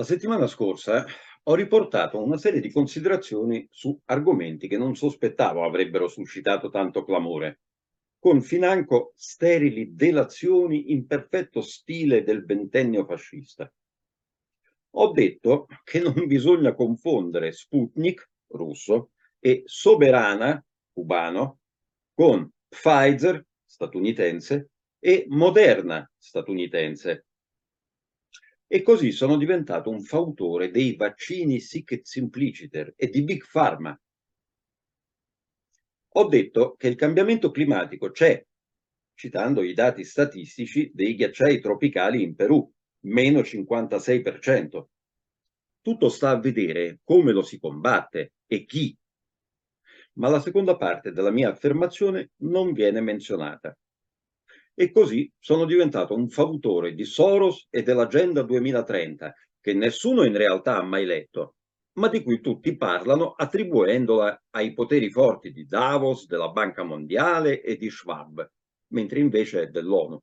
La settimana scorsa ho riportato una serie di considerazioni su argomenti che non sospettavo avrebbero suscitato tanto clamore, con financo sterili delazioni in perfetto stile del ventennio fascista. Ho detto che non bisogna confondere Sputnik, russo, e Soberana, cubano, con Pfizer, statunitense, e Moderna, statunitense. E così sono diventato un fautore dei vaccini sic et simpliciter e di Big Pharma. Ho detto che il cambiamento climatico c'è, citando i dati statistici dei ghiacciai tropicali in Perù, meno 56%. Tutto sta a vedere come lo si combatte e chi. Ma la seconda parte della mia affermazione non viene menzionata. E così sono diventato un fautore di Soros e dell'Agenda 2030, che nessuno in realtà ha mai letto, ma di cui tutti parlano attribuendola ai poteri forti di Davos, della Banca Mondiale e di Schwab, mentre invece è dell'ONU.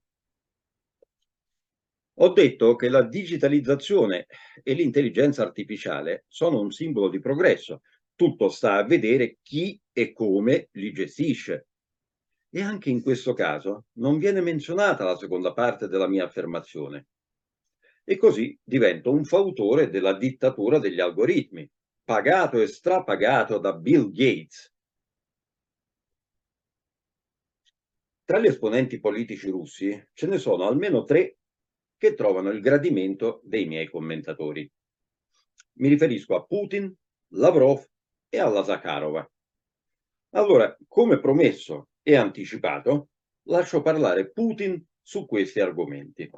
Ho detto che la digitalizzazione e l'intelligenza artificiale sono un simbolo di progresso. Tutto sta a vedere chi e come li gestisce. E anche in questo caso non viene menzionata la seconda parte della mia affermazione. E così divento un fautore della dittatura degli algoritmi, pagato e strapagato da Bill Gates. Tra gli esponenti politici russi ce ne sono almeno tre che trovano il gradimento dei miei commentatori. Mi riferisco a Putin, Lavrov e alla Zakharova. Allora, come promesso e anticipato, lascio parlare Putin su questi argomenti.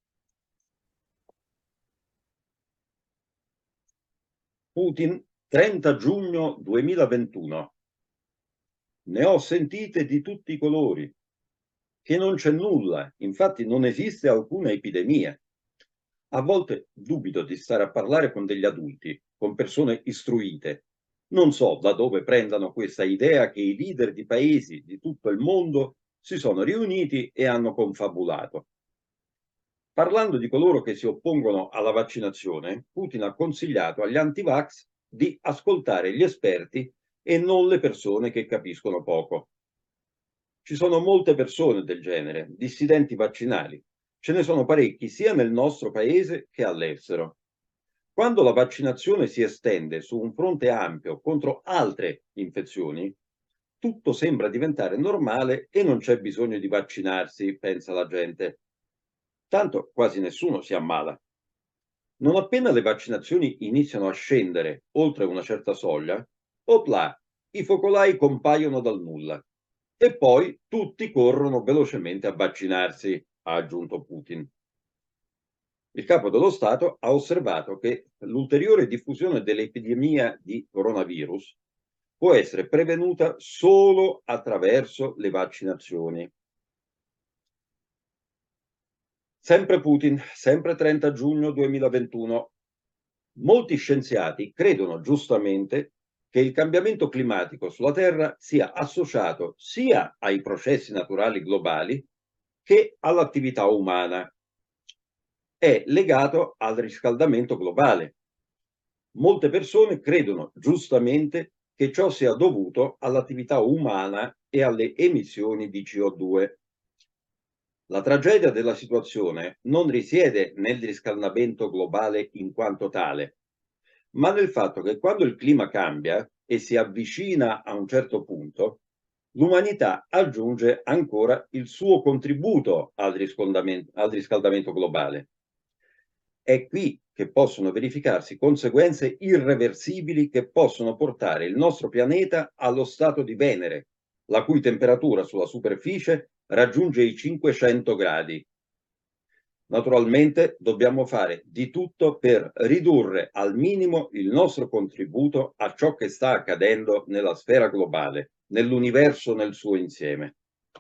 Putin, 30 giugno 2021. Ne ho sentite di tutti i colori, che non c'è nulla, infatti non esiste alcuna epidemia. A volte dubito di stare a parlare con degli adulti, con persone istruite. Non so da dove prendano questa idea che i leader di paesi di tutto il mondo si sono riuniti e hanno confabulato. Parlando di coloro che si oppongono alla vaccinazione, Putin ha consigliato agli anti-vax di ascoltare gli esperti e non le persone che capiscono poco. Ci sono molte persone del genere, dissidenti vaccinali. Ce ne sono parecchi sia nel nostro paese che all'estero. Quando la vaccinazione si estende su un fronte ampio contro altre infezioni, tutto sembra diventare normale e non c'è bisogno di vaccinarsi, pensa la gente. Tanto quasi nessuno si ammala. Non appena le vaccinazioni iniziano a scendere oltre una certa soglia, opla, i focolai compaiono dal nulla. E poi tutti corrono velocemente a vaccinarsi, ha aggiunto Putin. Il capo dello Stato ha osservato che l'ulteriore diffusione dell'epidemia di coronavirus può essere prevenuta solo attraverso le vaccinazioni. Sempre Putin, sempre 30 giugno 2021. Molti scienziati credono giustamente che il cambiamento climatico sulla Terra sia associato sia ai processi naturali globali che all'attività umana. È legato al riscaldamento globale. Molte persone credono giustamente che ciò sia dovuto all'attività umana e alle emissioni di CO2. La tragedia della situazione non risiede nel riscaldamento globale in quanto tale, ma nel fatto che quando il clima cambia e si avvicina a un certo punto, l'umanità aggiunge ancora il suo contributo al riscaldamento globale. È qui che possono verificarsi conseguenze irreversibili che possono portare il nostro pianeta allo stato di Venere, la cui temperatura sulla superficie raggiunge i 500 gradi. Naturalmente dobbiamo fare di tutto per ridurre al minimo il nostro contributo a ciò che sta accadendo nella sfera globale, nell'universo nel suo insieme.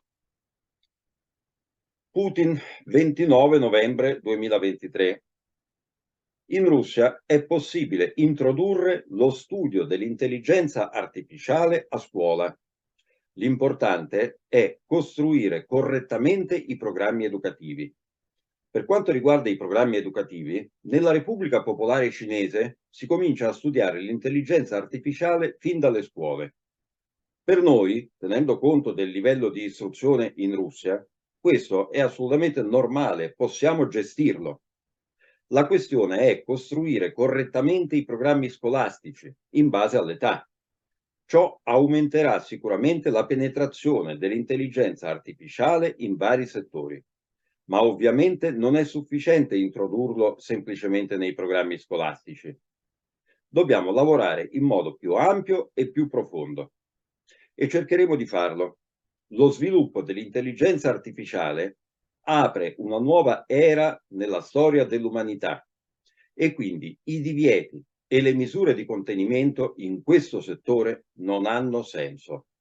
Putin, 29 novembre 2023. In Russia è possibile introdurre lo studio dell'intelligenza artificiale a scuola. L'importante è costruire correttamente i programmi educativi. Per quanto riguarda i programmi educativi, nella Repubblica Popolare Cinese si comincia a studiare l'intelligenza artificiale fin dalle scuole. Per noi, tenendo conto del livello di istruzione in Russia, questo è assolutamente normale, possiamo gestirlo. La questione è costruire correttamente i programmi scolastici in base all'età. Ciò aumenterà sicuramente la penetrazione dell'intelligenza artificiale in vari settori, ma ovviamente non è sufficiente introdurlo semplicemente nei programmi scolastici. Dobbiamo lavorare in modo più ampio e più profondo e cercheremo di farlo. Lo sviluppo dell'intelligenza artificiale apre una nuova era nella storia dell'umanità e quindi i divieti e le misure di contenimento in questo settore non hanno senso.